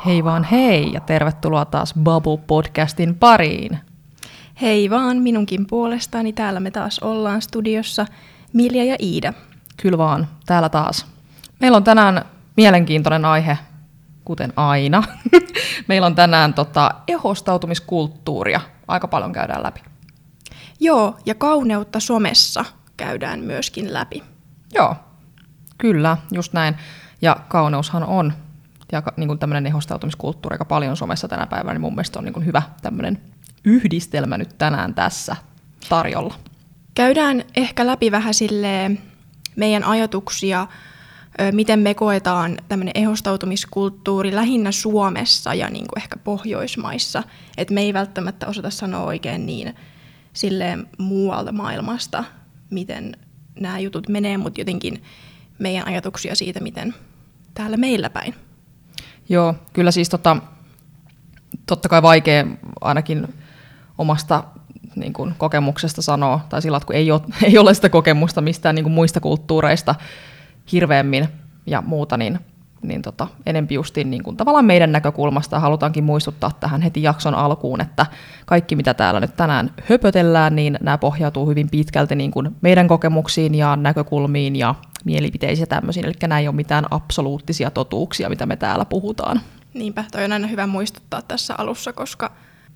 Hei vaan hei ja tervetuloa taas Babu-podcastin pariin. Hei vaan minunkin puolestani, täällä me taas ollaan studiossa Milja ja Iida. Kyllä vaan, täällä taas. Meillä on tänään mielenkiintoinen aihe, kuten aina. Meillä on tänään ehostautumiskulttuuria, aika paljon käydään läpi. Joo, ja kauneutta somessa käydään myöskin läpi. Joo, kyllä, just näin. Ja kauneushan on, ja niin kuin tämmöinen ehostautumiskulttuuri aika paljon somessa tänä päivänä, niin mun mielestä on niin kuin hyvä tämmöinen yhdistelmä nyt tänään tässä tarjolla. Käydään ehkä läpi vähän silleen meidän ajatuksia, miten me koetaan tämmöinen ehostautumiskulttuuri lähinnä Suomessa ja niin kuin ehkä Pohjoismaissa. Et me ei välttämättä osata sanoa oikein niin silleen muualta maailmasta, miten nämä jutut menee, mutta jotenkin meidän ajatuksia siitä, miten täällä meillä päin. Joo, kyllä siis totta kai vaikea ainakin omasta niin kuin kokemuksesta sanoa, tai sillä kun ei ole sitä kokemusta mistään niin kuin muista kulttuureista hirveämmin ja muuta, niin enempi justiin niin kuin tavallaan meidän näkökulmasta halutaankin muistuttaa tähän heti jakson alkuun, että kaikki mitä täällä nyt tänään höpötellään, niin nämä pohjautuu hyvin pitkälti niin kuin meidän kokemuksiin ja näkökulmiin ja mielipiteisiin ja tämmöisiin, eli nämä ei ole mitään absoluuttisia totuuksia, mitä me täällä puhutaan. Niinpä, toi on aina hyvä muistuttaa tässä alussa, koska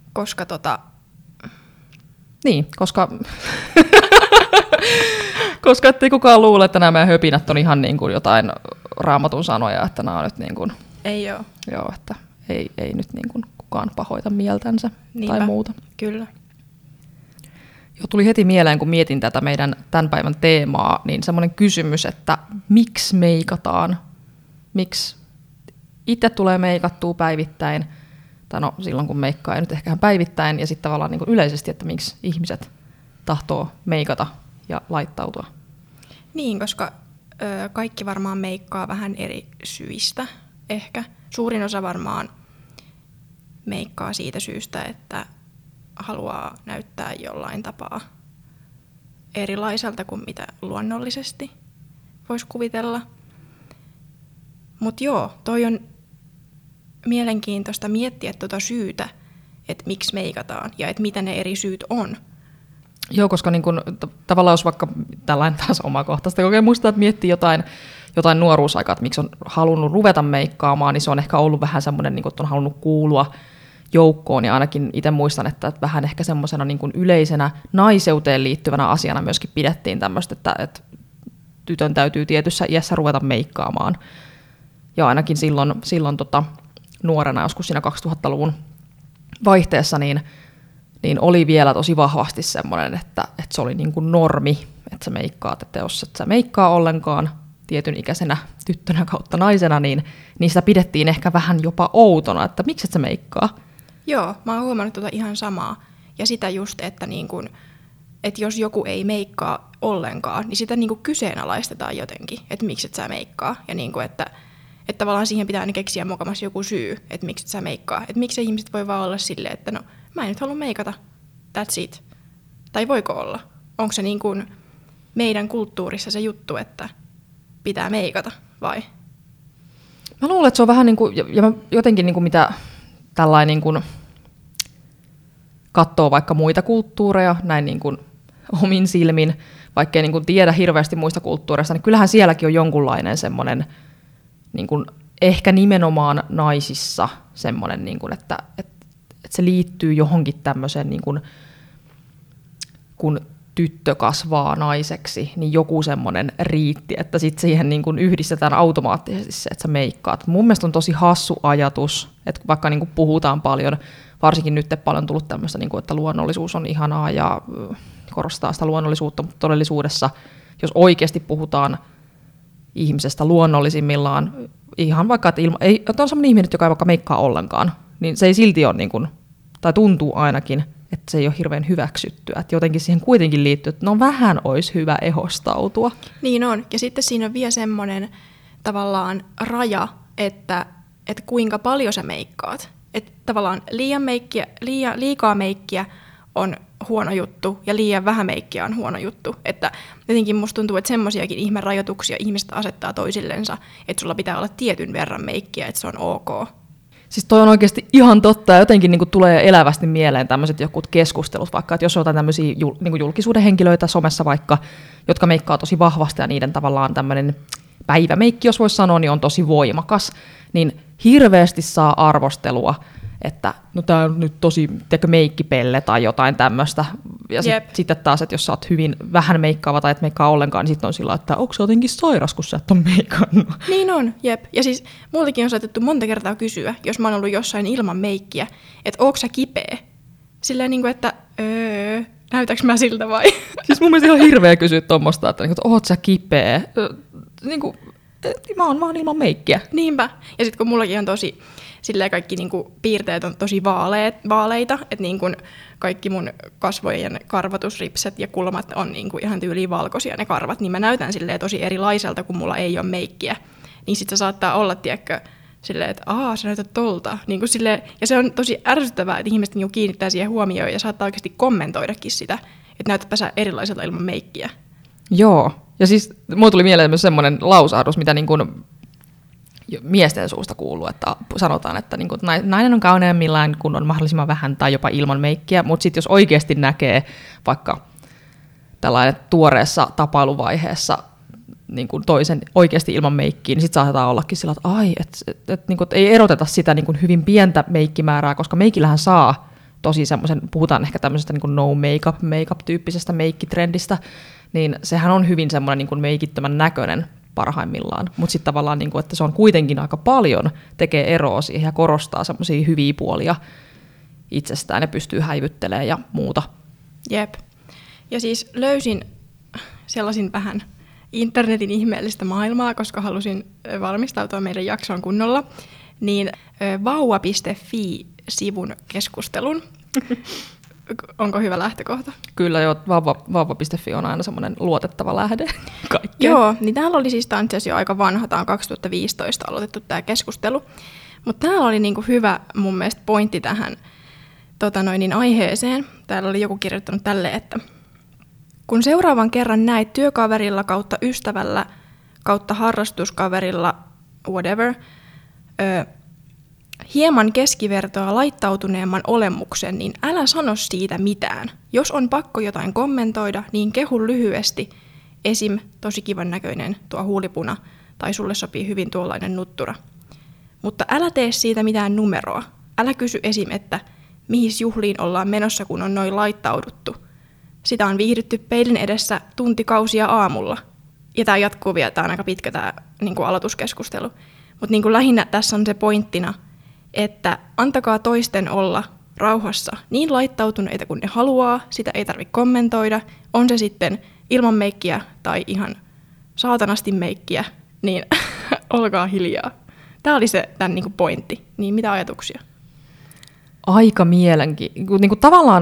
Niin, koska ettei kukaan luule, että nämä meidän höpinät on ihan niin kuin jotain raamatun sanoja, että nämä on nyt niin kuin... Ei ole. Joo, että ei nyt niin kuin kukaan pahoita mieltänsä. Niinpä, tai muuta. Kyllä. Joo, tuli heti mieleen, kun mietin tätä meidän tämän päivän teemaa, niin semmoinen kysymys, että miksi meikataan? Miksi itse tulee meikattua päivittäin? Tai no silloin, kun meikkaa ei nyt ehkä päivittäin, ja sitten tavallaan niin kuin yleisesti, että miksi ihmiset tahtoo meikata ja laittautua. Niin, koska kaikki varmaan meikkaa vähän eri syistä ehkä. Suurin osa varmaan meikkaa siitä syystä, että haluaa näyttää jollain tapaa erilaiselta kuin mitä luonnollisesti voisi kuvitella. Mutta joo, toi on mielenkiintoista miettiä tuota syytä, että miksi meikataan ja että mitä ne eri syyt on. Joo, koska niin kun, tavallaan jos vaikka tällainen taas omakohtaista kokemusta, että miettii jotain nuoruusaikaa, että miksi on halunnut ruveta meikkaamaan, niin se on ehkä ollut vähän semmoinen, niin että on halunnut kuulua joukkoon, ja ainakin itse muistan, että vähän ehkä semmoisena niin kuin yleisenä naiseuteen liittyvänä asiana myöskin pidettiin tämmöistä, että tytön täytyy tietyssä iässä ruveta meikkaamaan. Ja ainakin silloin nuorena, joskus siinä 2000-luvun vaihteessa, niin oli vielä tosi vahvasti semmoinen, että se oli niin kuin normi, että sä meikkaat, että jos et sä meikkaa ollenkaan tietyn ikäisenä tyttönä kautta naisena, niin sitä pidettiin ehkä vähän jopa outona, että miksi et sä meikkaa? Joo, mä oon huomannut ihan samaa. Ja sitä just, että, että jos joku ei meikkaa ollenkaan, niin sitä kyseenalaistetaan jotenkin, että miksi et sä meikkaa. Ja että tavallaan siihen pitää aina keksiä mokamassa joku syy, että miksi et sä meikkaa. Että miksi ihmiset voi vaan olla silleen, että no mä en nyt halua meikata, that's it. Tai voiko olla? Onko se meidän kulttuurissa se juttu, että pitää meikata vai? Mä luulen, että se on vähän niin kuin, ja mä jotenkin niin kuin mitä tällainen niin kuin katsoo vaikka muita kulttuureja näin niin kuin omin silmin, vaikka ei niin kuin tiedä hirveästi muista kulttuureista, niin kyllähän sielläkin on jonkunlainen semmoinen, niin kuin ehkä nimenomaan naisissa semmoinen, niin kuin, että se liittyy johonkin tämmöiseen, niin kuin, kun tyttö kasvaa naiseksi, niin joku semmoinen riitti, että sitten siihen niin kuin yhdistetään automaattisesti se, että sä meikkaat. Mun mielestä on tosi hassu ajatus, että vaikka niin kuin puhutaan paljon, varsinkin nyt paljon tullut tämmöistä, niin kuin, että luonnollisuus on ihanaa ja korostaa sitä luonnollisuutta, mutta todellisuudessa, jos oikeasti puhutaan ihmisestä luonnollisimmillaan, ihan vaikka, että on semmoinen ihminen, joka ei vaikka meikkaa ollenkaan, niin se ei silti ole, niin kuin, tai tuntuu ainakin, että se ei ole hirveän hyväksyttyä. Että jotenkin siihen kuitenkin liittyy, että no vähän olisi hyvä ehostautua. Niin on. Ja sitten siinä on vielä semmoinen tavallaan raja, että kuinka paljon sä meikkaat. Että tavallaan liikaa meikkiä on huono juttu ja liian vähän meikkiä on huono juttu. Että jotenkin musta tuntuu, että semmoisiakin ihmerajoituksia ihmiset asettaa toisillensa, että sulla pitää olla tietyn verran meikkiä, että se on ok. Siis toi on oikeasti ihan totta, ja jotenkin niin kuin tulee elävästi mieleen tämmöiset jokut keskustelut, vaikka että jos on jotain tämmöisiä niin kuin julkisuuden henkilöitä somessa vaikka, jotka meikkaa tosi vahvasti, ja niiden tavallaan tämmöinen päivämeikki, jos voisi sanoa, niin on tosi voimakas, niin hirveästi saa arvostelua, että no tää on nyt tosi meikkipelle tai jotain tämmöistä. Ja sitten taas, että jos sä oot hyvin vähän meikkaava tai et meikkaa ollenkaan, niin sitten on sillä, että onko sä jotenkin sairas, kun sä et ole meikannut. Niin on, jep. Ja siis multakin on saatettu monta kertaa kysyä, jos mä oon ollut jossain ilman meikkiä, että ootko sä kipeä? Silleen niin kuin, että näytäks mä siltä vai? Siis mun mielestä ihan hirveä kysyä tuommoista, että oot sä kipeä? Niin kuin, mä oon ilman meikkiä. Niinpä. Ja sitten kun mullakin on tosi, silleen kaikki niinku piirteet on tosi vaaleita, että niinku kaikki mun kasvojen karvatusripset ja kulmat on niinku ihan tyyliin valkoisia ne karvat, niin mä näytän silleen tosi erilaiselta, kun mulla ei ole meikkiä. Niin sit se saattaa olla, tiedätkö, silleen, että sä näytät tolta. Niin kuin silleen, ja se on tosi ärsyttävää, että ihmiset niinku kiinnittää siihen huomioon ja saattaa oikeasti kommentoidakin sitä, että näytätpä sä erilaiselta ilman meikkiä. Joo. Ja siis mulle tuli mieleen myös semmoinen lausahdus, mitä niin kuin miesten suusta kuuluu, että sanotaan, että niin kuin nainen on kauneimmillaan, kun on mahdollisimman vähän tai jopa ilman meikkiä, mutta sitten jos oikeasti näkee vaikka tällainen tuoreessa tapailuvaiheessa niin kuin toisen oikeasti ilman meikkiä, niin sitten saatetaan ollakin sillä, että niin kuin, ei eroteta sitä niin kuin hyvin pientä meikkimäärää, koska meikillähän saa tosi semmoisen, puhutaan ehkä tämmöisestä niin kuin no make-up-tyyppisestä meikkitrendistä, niin sehän on hyvin semmoinen niin kuin meikittömän näköinen parhaimmillaan, mutta sitten tavallaan, niin kuin, että se on kuitenkin aika paljon, tekee eroa siihen ja korostaa semmoisia hyviä puolia itsestään ja pystyy häivyttelemään ja muuta. Jep. Ja siis löysin sellaisin vähän internetin ihmeellistä maailmaa, koska halusin valmistautua meidän jaksoon kunnolla, niin vauva.fi-sivun keskustelun. Onko hyvä lähtökohta? Kyllä joo, vauva.fi on aina semmoinen luotettava lähde kaikkeen. Joo, niin täällä oli siis, tämä on itse asiassa jo aika vanha, tämä on 2015 aloitettu tämä keskustelu, mutta täällä oli niinku hyvä mun mielestä pointti tähän aiheeseen. Täällä oli joku kirjoittanut tälleen, että kun seuraavan kerran näet työkaverilla kautta ystävällä kautta harrastuskaverilla, whatever, hieman keskivertoa laittautuneemman olemuksen, niin älä sano siitä mitään. Jos on pakko jotain kommentoida, niin kehu lyhyesti. Esim. Tosi kivan näköinen tuo huulipuna, tai sulle sopii hyvin tuollainen nuttura. Mutta älä tee siitä mitään numeroa. Älä kysy esim. Että mihin juhliin ollaan menossa, kun on noin laittauduttu. Sitä on viihdytty peilin edessä tuntikausia aamulla. Ja tämä jatkuu vielä, tämä on aika pitkä tämä niin aloituskeskustelu. Mutta niin lähinnä tässä on se pointtina, että antakaa toisten olla rauhassa niin laittautuneita kuin ne haluaa, sitä ei tarvitse kommentoida, on se sitten ilman meikkiä tai ihan saatanasti meikkiä, niin olkaa hiljaa. Tämä oli se tämän niin kuin pointti. Niin mitä ajatuksia? Aika mielenkiintoista. Niin kuin tavallaan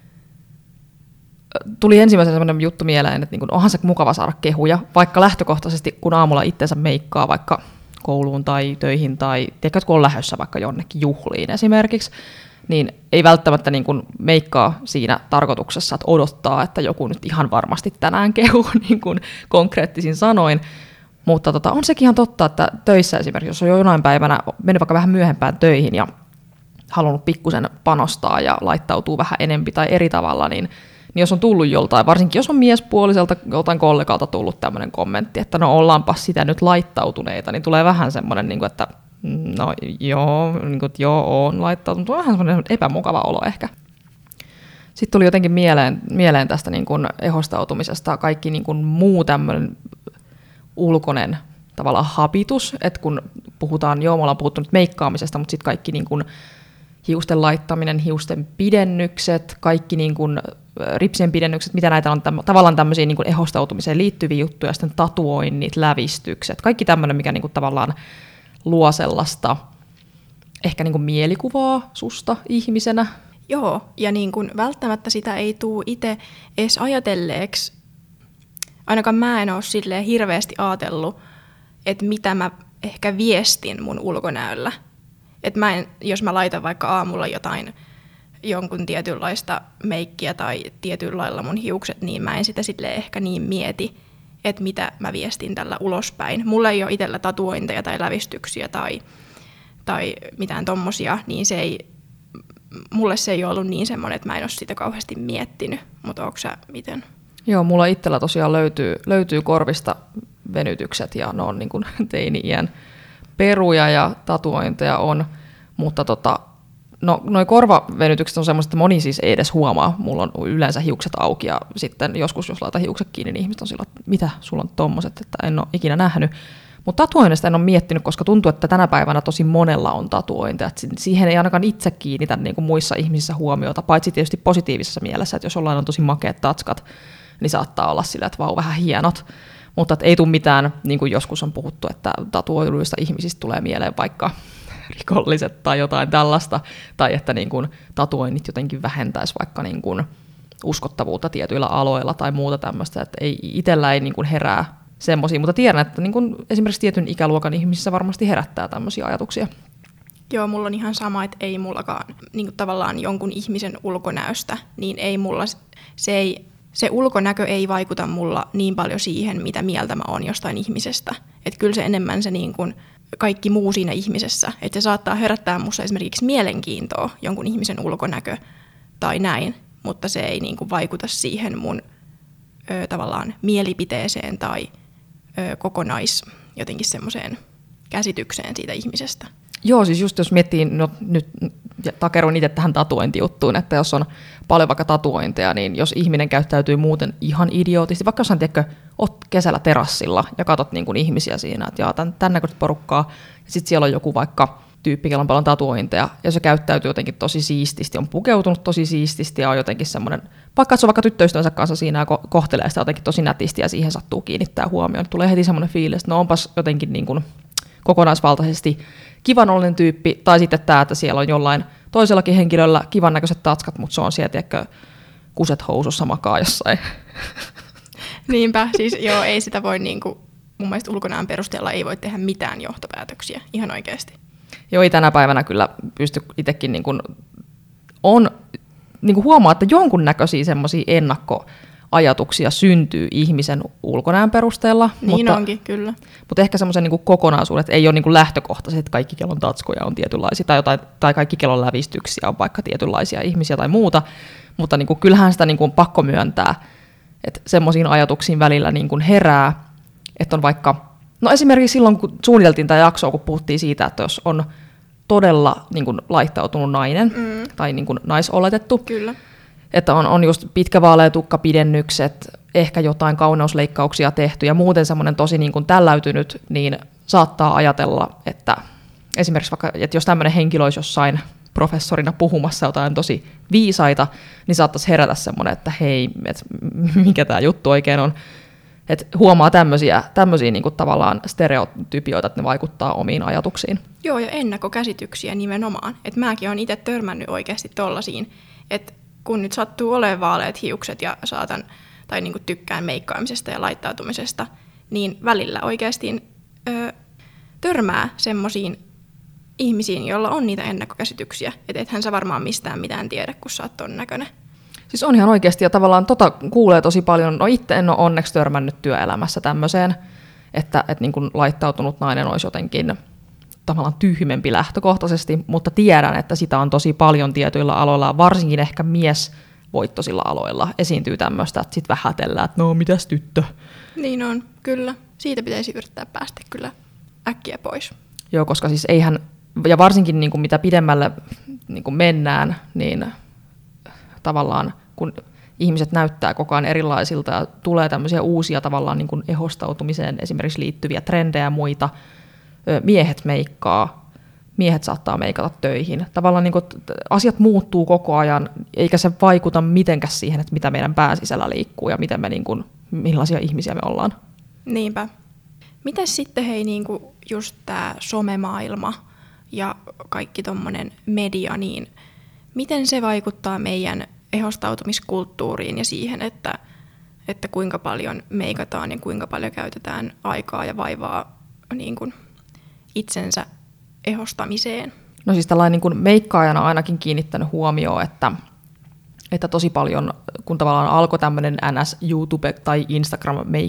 tuli ensimmäisenä sellainen juttu mieleen, että niin kuin onhan se mukava saada kehuja, vaikka lähtökohtaisesti kun aamulla itsensä meikkaa vaikka kouluun tai töihin tai tiedätkö, kun on lähdössä vaikka jonnekin juhliin esimerkiksi, niin ei välttämättä niin kuin meikkaa siinä tarkoituksessa, että odottaa, että joku nyt ihan varmasti tänään kehuu niin kuin konkreettisin sanoin. Mutta on sekin ihan totta, että töissä esimerkiksi, jos on jo jonain päivänä mennyt vaikka vähän myöhempään töihin ja halunnut pikkusen panostaa ja laittautuu vähän enempi tai eri tavalla, niin jos on tullut joltain, varsinkin jos on miespuoliselta joltain kollegalta tullut tämmöinen kommentti, että no ollaanpa sitä nyt laittautuneita, niin tulee vähän semmoinen, että no joo, on laittautunut, on vähän semmoinen epämukava olo ehkä. Sitten tuli jotenkin mieleen tästä niin kuin ehostautumisesta kaikki niin kuin muu tämmöinen ulkoinen tavallaan habitus, että kun puhutaan, me ollaan puhuttu nyt meikkaamisesta, mutta sitten kaikki niin kuin hiusten laittaminen, hiusten pidennykset, kaikki niin kuin ripsien pidennykset, mitä näitä on tavallaan tämmöisiä niin kuin ehostautumiseen liittyviä juttuja, sitten tatuoinnit, lävistykset, kaikki tämmöinen, mikä niin kuin tavallaan luo sellaista ehkä niin kuin mielikuvaa susta ihmisenä. Joo, ja niin kuin välttämättä sitä ei tule itse edes ajatelleeksi, ainakaan mä en ole silleen hirveästi ajatellut, että mitä mä ehkä viestin mun ulkonäöllä. Että jos mä laitan vaikka aamulla jonkun tietynlaista meikkiä tai tietyllä lailla mun hiukset, niin mä en sitä silleen ehkä niin mieti, että mitä mä viestin tällä ulospäin. Mulla ei ole itsellä tatuointeja tai lävistyksiä tai mitään tommosia, niin mulle se ei ollut niin semmoinen, että mä en ole sitä kauheasti miettinyt, mutta onko sä miten? Joo, mulla itsellä tosiaan löytyy korvista venytykset ja ne on niin kuin teini-iän peruja ja tatuointeja on, mutta noi korvavenytykset on semmoiset, että moni siis ei edes huomaa. Mulla on yleensä hiukset auki ja sitten joskus, jos laitan hiukset kiinni, niin ihmiset on sillä, että mitä sulla on tommoset, että en ole ikinä nähnyt. Mutta tatuoinnista en ole miettinyt, koska tuntuu, että tänä päivänä tosi monella on tatuointeja. Siihen ei ainakaan itse kiinnitä niin kuin muissa ihmisissä huomiota, paitsi tietysti positiivisessa mielessä, että jos jollain on tosi makeat tatskat, niin saattaa olla sillä, että vau, vähän hienot. Mutta ei tule mitään, niin kuin joskus on puhuttu, että tatuoiduista ihmisistä tulee mieleen vaikka rikolliset tai jotain tällaista, tai että niin kuin tatuoinnit jotenkin vähentäisi vaikka niin kuin uskottavuutta tietyillä aloilla tai muuta tämmöistä, että itsellä ei niin kuin herää semmoisia, mutta tiedän, että niin kuin esimerkiksi tietyn ikäluokan ihmisissä varmasti herättää tämmöisiä ajatuksia. Joo, mulla on ihan sama, että ei mullakaan niin kuin tavallaan jonkun ihmisen ulkonäöstä, niin ei mulla, se ulkonäkö ei vaikuta mulla niin paljon siihen, mitä mieltä mä oon jostain ihmisestä. Että kyllä se enemmän se niin kuin kaikki muu siinä ihmisessä, että se saattaa herättää musta esimerkiksi mielenkiintoa jonkun ihmisen ulkonäkö tai näin, mutta se ei niin kuin vaikuta siihen mun tavallaan mielipiteeseen tai jotenkin semmoiseen käsitykseen siitä ihmisestä. Joo, siis just jos miettii, nyt takeroin itse tähän tatuointijuttuun, että jos on paljon vaikka tatuointeja, niin jos ihminen käyttäytyy muuten ihan idiootisti, vaikka jossain, oot kesällä terassilla ja katot niin kuin ihmisiä siinä, että jaa, tämän näköistä porukkaa, ja sitten siellä on joku vaikka tyyppi, jolla on paljon tatuointeja, ja se käyttäytyy jotenkin tosi siististi, on pukeutunut tosi siististi ja on jotenkin semmoinen, vaikka se on vaikka tyttöystävänsä kanssa siinä ja kohtelee sitä jotenkin tosi nätisti ja siihen sattuu kiinnittää huomioon, niin tulee heti semmoinen fiilis, että no onpas jotenkin niin kuin kokonaisvaltaisesti kivannollinen tyyppi, tai sitten tämä, että siellä on jollain toisellakin henkilöllä kivan näköiset tatskat, mutta se on sieltä ehkä kuset housussa makaa jossain. Niinpä, siis joo, ei sitä voi niinku, mun mielestä ulkonäön perusteella ei voi tehdä mitään johtopäätöksiä, ihan oikeasti. Joo, ei tänä päivänä kyllä pysty itsekin niin kuin huomaa, että jonkunnäköisiä semmoisia ennakkoajatuksia syntyy ihmisen ulkonäön perusteella. Niin onkin, kyllä. Mutta ehkä semmoisen niin kokonaisuuden, että ei ole niin lähtökohtaisesti, että kaikki kellon tatskoja on tietynlaisia, tai kaikki kellon lävistyksiä on vaikka tietynlaisia ihmisiä tai muuta, mutta niin kuin, kyllähän sitä niin kuin pakko myöntää, että semmoisiin ajatuksiin välillä niin kuin herää, että on vaikka, no esimerkiksi silloin, kun suunniteltiin tämä jaksoa, kun puhuttiin siitä, että jos on todella niin kuin laittautunut nainen tai niin kuin naisoletettu, kyllä. Että on just pitkä vaalea tukkapidennykset, ehkä jotain kauneusleikkauksia tehty ja muuten semmoinen tosi niin kuin tälläytynyt, niin saattaa ajatella, että esimerkiksi vaikka, että jos tämmöinen henkilö olisi jossain professorina puhumassa jotain tosi viisaita, niin saattaisi herätä semmoinen, että hei, et mikä tämä juttu oikein on. Että huomaa tämmöisiä niin kuin tavallaan stereotypioita, että ne vaikuttaa omiin ajatuksiin. Joo, ja ennakkokäsityksiä nimenomaan. Että mäkin olen itse törmännyt oikeasti tollaisiin, että kun nyt sattuu olemaan vaaleat hiukset ja tai niin kuin tykkään meikkaamisesta ja laittautumisesta, niin välillä oikeasti törmää semmoisiin ihmisiin, joilla on niitä ennakkokäsityksiä. Että ethän sä varmaan mistään mitään tiedä, kun sä oot ton näköinen. Siis on ihan oikeasti, ja tavallaan kuulee tosi paljon, no itse en ole onneksi törmännyt työelämässä tämmöiseen, että niin kuin laittautunut nainen olisi jotenkin tavallaan tyhmempi lähtökohtaisesti, mutta tiedän, että sitä on tosi paljon tietyillä aloilla, varsinkin ehkä miesvoittoisilla aloilla esiintyy tämmöistä, että sitten vähätellään, että no mitäs tyttö. Niin on, kyllä. Siitä pitäisi yrittää päästä kyllä äkkiä pois. Joo, koska siis eihän, ja varsinkin niin kuin mitä pidemmälle niin kuin mennään, niin tavallaan kun ihmiset näyttää koko ajan erilaisilta ja tulee tämmöisiä uusia tavallaan niin kuin ehostautumiseen esimerkiksi liittyviä trendejä ja muita, miehet meikkaa, miehet saattaa meikata töihin. Tavallaan niin kuin asiat muuttuu koko ajan, eikä se vaikuta mitenkään siihen, että mitä meidän pään sisällä liikkuu ja miten me niin kuin, millaisia ihmisiä me ollaan. Niinpä. Mites sitten hei niin kuin just tämä somemaailma ja kaikki tommonen media, niin miten se vaikuttaa meidän ehostautumiskulttuuriin ja siihen, että kuinka paljon meikataan ja kuinka paljon käytetään aikaa ja vaivaa niin kuin itsensä ehostamiseen? No siis tällainen niin kuin meikkaajana ainakin kiinnittänyt huomioon, että tosi paljon, kun tavallaan alkoi tämmöinen NS YouTube- tai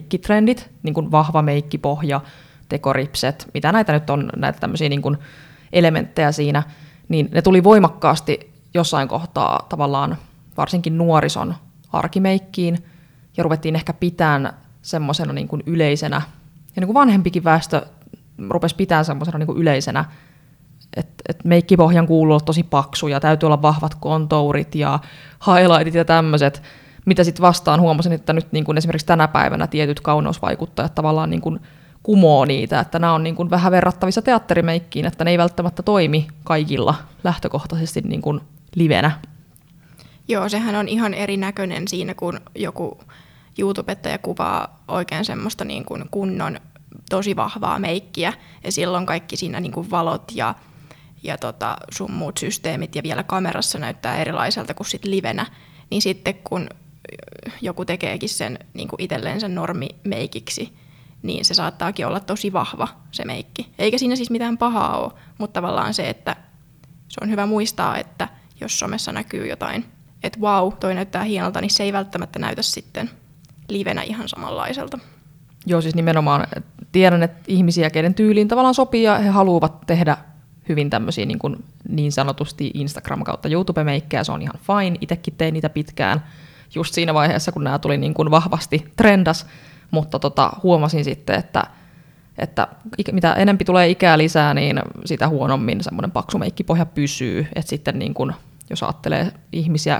Instagram-meikkitrendit, niin kuin vahva meikkipohja, tekoripset, mitä näitä nyt on, näitä tämmöisiä niin kuin elementtejä siinä, niin ne tuli voimakkaasti jossain kohtaa tavallaan varsinkin nuorison arkimeikkiin, ja ruvettiin ehkä pitämään semmoisena niin kuin yleisenä, ja niin kuin vanhempikin väestö rupesi pitämään semmoisena niin kuin yleisenä, että meikkipohjan kuuluu olla tosi paksu, ja täytyy olla vahvat kontourit ja highlightit ja tämmöiset, mitä sitten vastaan huomasin, että nyt niin kuin esimerkiksi tänä päivänä tietyt kauneusvaikuttajat tavallaan niin kuin kumoo niitä, että nämä on niin kuin vähän verrattavissa teatterimeikkiin, että ne ei välttämättä toimi kaikilla lähtökohtaisesti niin kuin livenä. Joo, sehän on ihan erinäköinen siinä, kun joku YouTubettaja kuvaa oikein semmoista niin kuin kunnon tosi vahvaa meikkiä, ja silloin kaikki siinä niin kuin valot ja sun muut systeemit, ja vielä kamerassa näyttää erilaiselta kuin sit livenä, niin sitten kun joku tekeekin sen niin kuin itsellensä normimeikiksi, niin se saattaakin olla tosi vahva se meikki. Eikä siinä siis mitään pahaa ole, mutta tavallaan se, että se on hyvä muistaa, että jos somessa näkyy jotain, että vau, toi näyttää hienolta, niin se ei välttämättä näytä sitten livenä ihan samanlaiselta. Joo, siis nimenomaan tiedän, että ihmisiä, keiden tyyliin tavallaan sopii, ja he haluavat tehdä hyvin tämmöisiä niin sanotusti Instagram kautta YouTube-meikkejä, se on ihan fine. Itsekin tein niitä pitkään just siinä vaiheessa, kun nämä tuli niin kuin vahvasti trendas, mutta huomasin sitten, että mitä enempi tulee ikää lisää, niin sitä huonommin semmoinen paksu meikkipohja pysyy. Että sitten niin kuin, jos ajattelee ihmisiä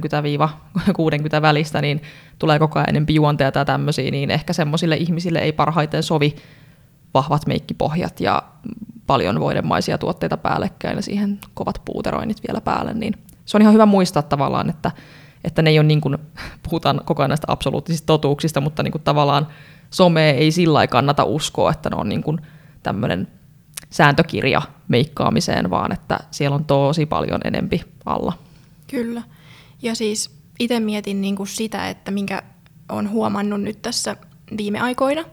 30-60 välistä, niin tulee koko ajan enempi juonteja tai tämmöisiä, niin ehkä semmoisille ihmisille ei parhaiten sovi vahvat meikkipohjat ja paljon voidemaisia tuotteita päällekkäin ja siihen kovat puuteroinnit vielä päälle. Niin se on ihan hyvä muistaa tavallaan, että ne ei ole niin kuin, puhutaan koko ajan näistä absoluuttisista totuuksista, mutta niin kuin tavallaan some ei sillä lailla kannata uskoa, että ne on niin kuin tämmöinen sääntökirja meikkaamiseen, vaan että siellä on tosi paljon enempi alla. Kyllä. Ja siis itse mietin niin kuin sitä, että minkä olen huomannut nyt tässä viime aikoina,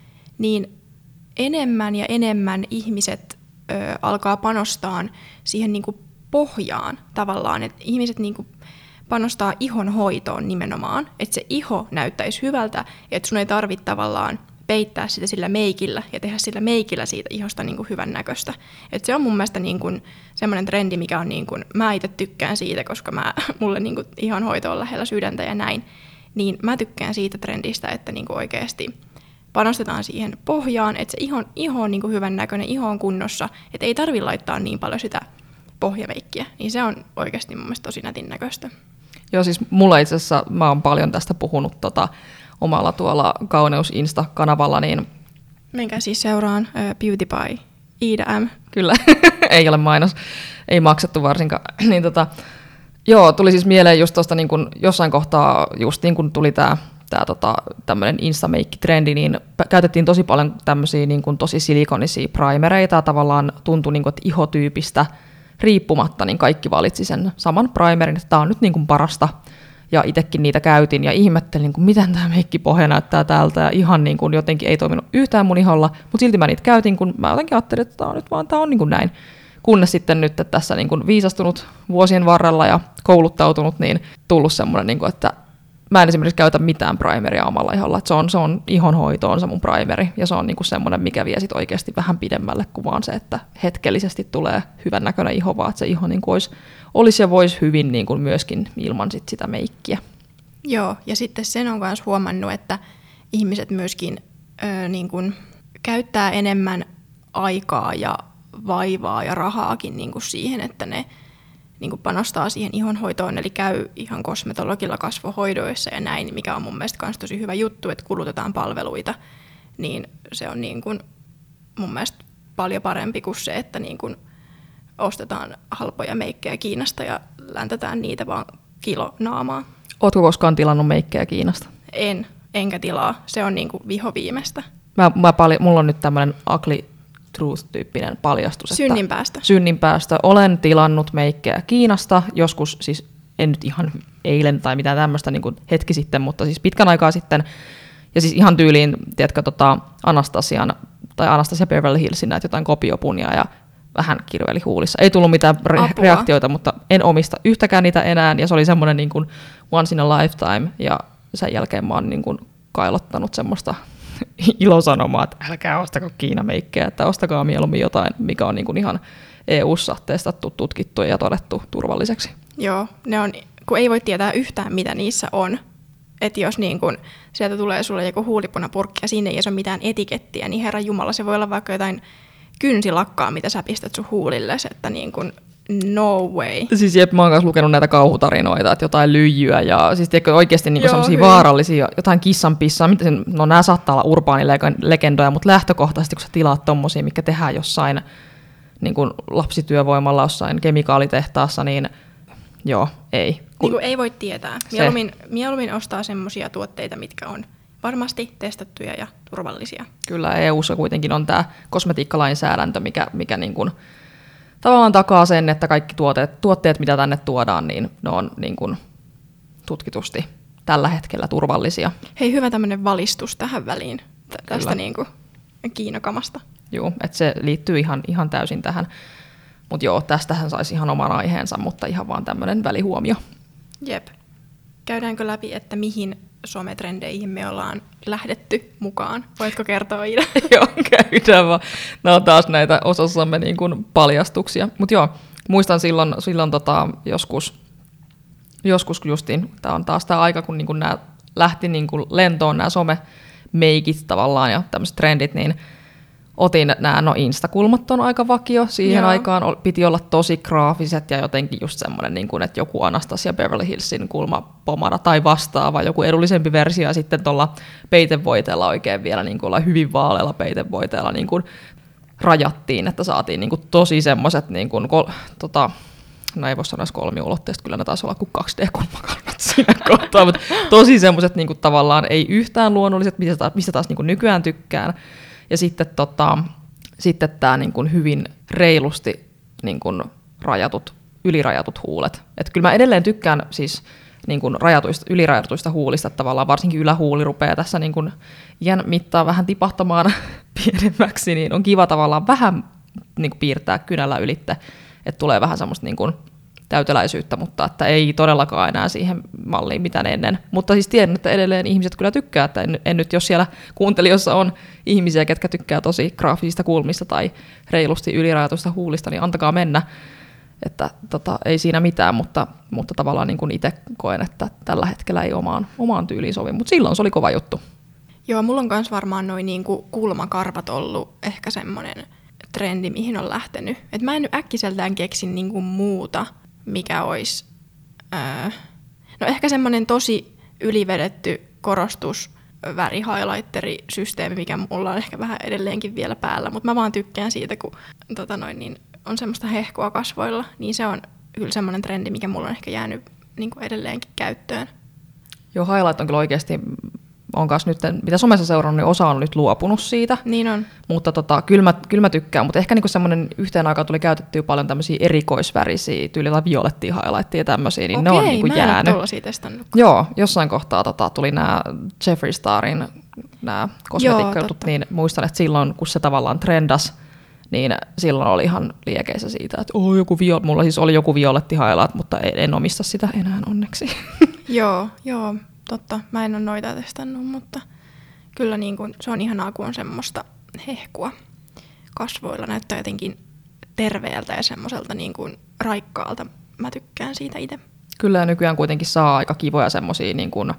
niin enemmän ja enemmän ihmiset alkaa panostaa siihen niin kuin pohjaan tavallaan, että ihmiset niin kuin panostaa ihon hoitoon nimenomaan, että se iho näyttäisi hyvältä, että sun ei tarvitse tavallaan peittää sitä sillä meikillä ja tehdä sillä meikillä siitä ihosta niin kuin hyvän näköistä. Et se on mun mielestä niin kuin semmoinen trendi, mikä on niin kuin, mä itse tykkään siitä, koska mulle niin kuin ihonhoito on lähellä sydäntä ja näin, niin mä tykkään siitä trendistä, että niin kuin oikeasti panostetaan siihen pohjaan, että se iho on niin kuin hyvän näköinen, iho on kunnossa, että ei tarvitse laittaa niin paljon sitä pohjameikkiä, niin se on oikeasti mun mielestä tosi nätin näköistä. Joo, siis mulla itse asiassa, mä oon paljon tästä puhunut omalla tuolla Kauneus Insta-kanavalla, niin menkää siis seuraan Beauty by Ida M. Kyllä, ei ole mainos, ei maksettu varsinkaan. Niin joo, tuli siis mieleen just tuosta niin kun jossain kohtaa, just niin kun tuli tämä tämmöinen Insta-meikki-trendi, niin käytettiin tosi paljon tämmöisiä niin kun tosi silikonisia primereita, tavallaan tuntui niin kun, että ihotyypistä riippumatta, niin kaikki valitsi sen saman primerin, että tämä on nyt niin kuin parasta, ja itsekin niitä käytin, ja ihmettelin, niin kuin, miten tämä meikkipohja näyttää täältä, ja ihan niin kuin jotenkin ei toiminut yhtään mun iholla, mutta silti mä niitä käytin, kun mä jotenkin ajattelin, että tämä on niin kuin näin. Kunnes sitten nyt, että tässä niin kuin viisastunut vuosien varrella ja kouluttautunut, niin tullut semmoinen, niin kuin, että mä en esimerkiksi käytä mitään primeria omalla iholla, että se on ihonhoito on se mun primeri, ja se on niinku semmoinen, mikä vie sit oikeasti vähän pidemmälle kuin vaan se, että hetkellisesti tulee hyvän näköinen iho, vaan että se iho niinku olisi ja voisi hyvin niinku myöskin ilman sitä meikkiä. Joo, ja sitten sen on myös huomannut, että ihmiset myöskin niinku käyttää enemmän aikaa ja vaivaa ja rahaakin niinku siihen, että ne niin kuin panostaa siihen ihonhoitoon, eli käy ihan kosmetologilla kasvohoidoissa ja näin, mikä on mun mielestä myös tosi hyvä juttu, että kulutetaan palveluita, niin se on niin kuin mun mielestä paljon parempi kuin se, että niin kuin ostetaan halpoja meikkejä Kiinasta ja läntetään niitä vaan kilo naamaa. Ootko koskaan tilannut meikkejä Kiinasta? Enkä tilaa. Se on niin kuin vihoviimeistä. Mulla on nyt tämmöinen ugly truth-tyyppinen paljastus. Synninpäästö. Olen tilannut meikkejä Kiinasta, joskus siis en nyt ihan eilen tai mitään tämmöistä niin kuin hetki sitten, mutta siis pitkän aikaa sitten. Ja siis ihan tyyliin, tiedätkö, Anastasia Beverly Hillsin näitä jotain kopiopunia ja vähän kirveli huulissa. Ei tullut mitään reaktioita, mutta en omista yhtäkään niitä enää. Ja se oli semmoinen niin kuin once in a lifetime. Ja sen jälkeen mä oon niin kuin kailottanut semmoista ilosanomaa, että älkää ostako Kiina-meikkejä, että ostakaa mieluummin jotain, mikä on niin kuin ihan EU-ssa testattu, tutkittu ja todettu turvalliseksi. Joo, ne on, kun ei voi tietää yhtään, mitä niissä on. Että jos niin kun sieltä tulee sulle joku huulipunapurkki ja sinne ei ole mitään etikettiä, niin herran jumala, se voi olla vaikka jotain kynsilakkaa, mitä sä pistät sun huulilles, että niin kun no way. Siis jep, mä oon kanssa lukenut näitä kauhutarinoita, että jotain lyijyä ja siis tiedätkö, oikeasti niinku sellaisia vaarallisia, jotain kissanpissaa, no nämä saattaa olla urbaanilegendoja, mutta lähtökohtaisesti kun sä tilaat tommosia, mikä tehdään jossain niin kuin lapsityövoimalla jossain kemikaalitehtaassa, niin joo, ei. Niin kuin ei voi tietää. Mieluummin ostaa semmoisia tuotteita, mitkä on varmasti testattuja ja turvallisia. Kyllä EU:ssa kuitenkin on tämä kosmetiikkalainsäädäntö, mikä niin kuin tavallaan takaa sen, että kaikki tuotteet, mitä tänne tuodaan, niin ne on niin kuin tutkitusti tällä hetkellä turvallisia. Hei, hyvä tämmöinen valistus tähän väliin tästä niin kuin Kiinakamasta. Joo, että se liittyy ihan täysin tähän. Mutta joo, tästähän saisi ihan oman aiheensa, mutta ihan vaan tämmöinen välihuomio. Jep. Käydäänkö läpi, että mihin sometrendeihin me ollaan lähdetty mukaan? Voitko kertoa, Ida? Joo, käydään vaan. Nämä on taas näitä osassamme niin kuin paljastuksia. Mutta joo, muistan silloin joskus justiin, tämä on taas tämä aika, kun niin kuin nämä lähti niin kuin lentoon nämä somemeikit tavallaan ja tämmöiset trendit, niin otin nämä, Insta-kulmat on aika vakio. Siihen aikaan piti olla tosi graafiset ja jotenkin just semmoinen, niin kuin, että joku Anastasia Beverly Hillsin kulmapomada tai vastaava, joku edullisempi versio ja sitten tuolla peitevoiteella oikein vielä niin kuin hyvin vaalealla peitevoiteella niin kuin rajattiin, että saatiin niin kuin tosi semmoiset, niin kuin, no ei voi sanoa kolmiulotteista, kyllä ne taisi olla kuin 2D-kulmakannat siinä kohtaa, mutta tosi semmoiset niin kuin tavallaan ei yhtään luonnolliset, mistä taas niin kuin nykyään tykkään. Ja sitten tämä niin kuin hyvin reilusti niin kuin ylirajatut huulet. Että kyllä mä edelleen tykkään siis niin kuin ylirajatuista huulista, että tavallaan varsinkin ylähuuli rupeaa tässä niin kuin iän mittaan vähän tipahtamaan pienemmäksi, niin on kiva tavallaan vähän niin kuin piirtää kynällä ylitte, että tulee vähän semmoista niin kuin täyteläisyyttä, mutta että ei todellakaan enää siihen malliin mitään ennen. Mutta siis tiedän, että edelleen ihmiset kyllä tykkää, että en nyt jos siellä kuuntelijoissa on ihmisiä, ketkä tykkää tosi graafisista kulmista tai reilusti ylirajatuista huulista, niin antakaa mennä. Että ei siinä mitään, mutta tavallaan niin kuin itse koen, että tällä hetkellä ei omaan tyyliin sovi, mutta silloin se oli kova juttu. Joo, mulla on myös varmaan noin niinku kulmakarvat ollut ehkä semmoinen trendi, mihin on lähtenyt. Et mä en nyt äkkiseltään keksin niinku muuta, mikä olisi, no ehkä semmoinen tosi ylivedetty korostusväri-highlighteri-systeemi, mikä mulla on ehkä vähän edelleenkin vielä päällä, mutta mä vaan tykkään siitä, kun niin on semmoista hehkua kasvoilla, niin se on kyllä semmoinen trendi, mikä mulla on ehkä jäänyt niin kuin edelleenkin käyttöön. Joo, highlight on kyllä oikeasti, on kanssa nyt, mitä somessa seurannut, niin osa on nyt luopunut siitä. Niin on. Mutta kyllä mä tykkään, mutta ehkä niinku semmoinen yhteen aikaan tuli käytettyä paljon tämmöisiä erikoisvärisiä, tyylillä violettia highlighttia ja tämmöisiä, niin ne on niinku jäänyt. Okei, mä en ole tollaisia testannut. Joo, jossain kohtaa tuli nämä Jeffree Starin nämä kosmetiikkajutut, niin muistan, että silloin kun se tavallaan trendas, niin silloin oli ihan liekeissä siitä, että mulla siis oli joku violetti highlight, mutta en omista sitä enää onneksi. Joo, totta. Mä en ole noita testannut, mutta kyllä niin kun, se on ihanaa, kun on semmoista hehkua kasvoilla. Näyttää jotenkin terveeltä ja semmoiselta niin kuin raikkaalta. Mä tykkään siitä itse. Kyllä ja nykyään kuitenkin saa aika kivoja semmosia, niin kuin,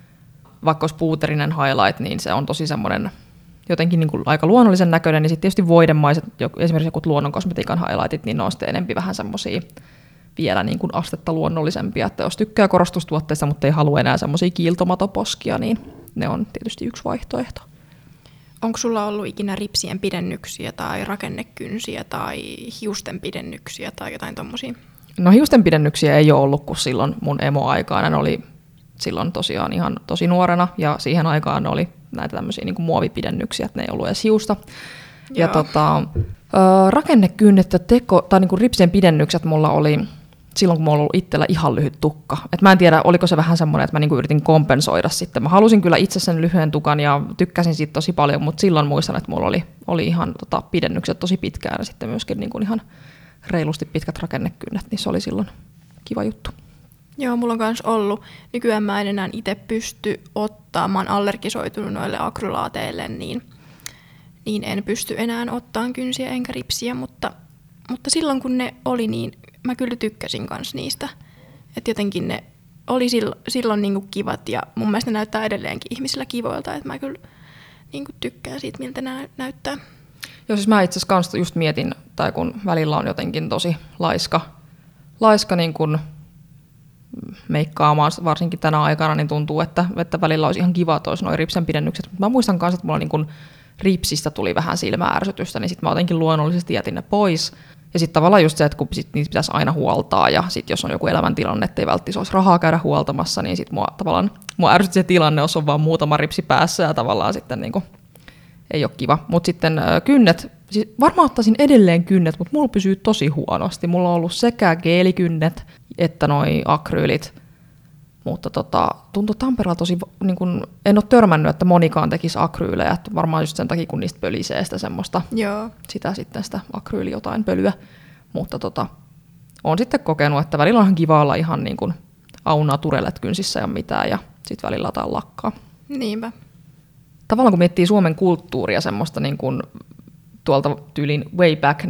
vaikka olisi puuterinen highlight, niin se on tosi semmoinen jotenkin niin kuin aika luonnollisen näköinen. Ja sitten tietysti voidemaiset, esimerkiksi joku luonnon kosmetiikan highlightit, niin ne on sitten enemmän vähän semmosia vielä niin kuin astetta luonnollisempia, että jos tykkää korostustuotteista, mutta ei halua enää semmoisia kiiltomatoposkia, niin ne on tietysti yksi vaihtoehto. Onko sulla ollut ikinä ripsien pidennyksiä tai rakennekynsiä tai hiusten pidennyksiä tai jotain tommosia? No hiusten pidennyksiä ei ole ollut, kun silloin mun emo-aikaan ne oli silloin tosiaan ihan tosi nuorena ja siihen aikaan oli näitä tämmöisiä niin kuin muovipidennyksiä, että ne ei ollut edes hiusta. Joo. Ja rakennekynnet tai niin kuin ripsien pidennykset mulla oli silloin, kun mulla oli itsellä ihan lyhyt tukka. Et mä en tiedä, oliko se vähän semmoinen, että mä niinku yritin kompensoida sitten. Mä halusin kyllä itse sen lyhyen tukan ja tykkäsin siitä tosi paljon, mutta silloin muistan, että mulla oli ihan pidennykset tosi pitkään ja sitten myöskin niinku ihan reilusti pitkät rakennekynnet, niin se oli silloin kiva juttu. Joo, mulla on myös ollut. Nykyään mä en enää itse pysty ottamaan, mä oon allergisoitunut noille akrylaateille, niin en pysty enää ottamaan kynsiä enkä ripsiä, mutta mutta silloin kun ne oli, niin mä kyllä tykkäsin kans niistä. Että jotenkin ne oli silloin niinku kivat ja mun mielestä ne näyttää edelleenkin ihmisillä kivoilta, että mä kyllä niinku tykkään siitä, miltä nämä näyttää. Joo, siis mä itse asiassa kans just mietin, tai kun välillä on jotenkin tosi laiska niin kun meikkaamaan, varsinkin tänä aikana, niin tuntuu, että välillä olisi ihan kiva, että olisi nuo ripsen pidennykset. Mutta mä muistan kanssa, että mulla niin kun ripsistä tuli vähän silmäärsytystä, niin sitten mä jotenkin luonnollisesti jätin ne pois. Ja sitten tavallaan just se, että kun niitä pitäisi aina huoltaa, ja sitten jos on joku elämäntilanne, että ei välttämättä olisi rahaa käydä huoltamassa, niin sitten mua ärsytti se tilanne, jos on vaan muutama ripsi päässä, ja tavallaan sitten niin kuin ei ole kiva. Mutta sitten kynnet, siis varmaan ottaisin edelleen kynnet, mutta mulla pysyy tosi huonosti. Mulla on ollut sekä geelikynnet että noi akryylit. Mutta tuntuu Tampereella tosi, niin kun, en ole törmännyt, että monikaan tekisi akryylejä. Että varmaan just sen takia, kun niistä pölisee sitä semmoista, sitä akryyli jotain pölyä. Mutta olen sitten kokenut, että välillä on kiva olla ihan niin kuin au naturelet kynsissä ja mitään, ja sitten välillä jotain lakkaa. Niinpä. Tavallaan kun miettii Suomen kulttuuria semmoista niin kuin tuolta tyylin way back,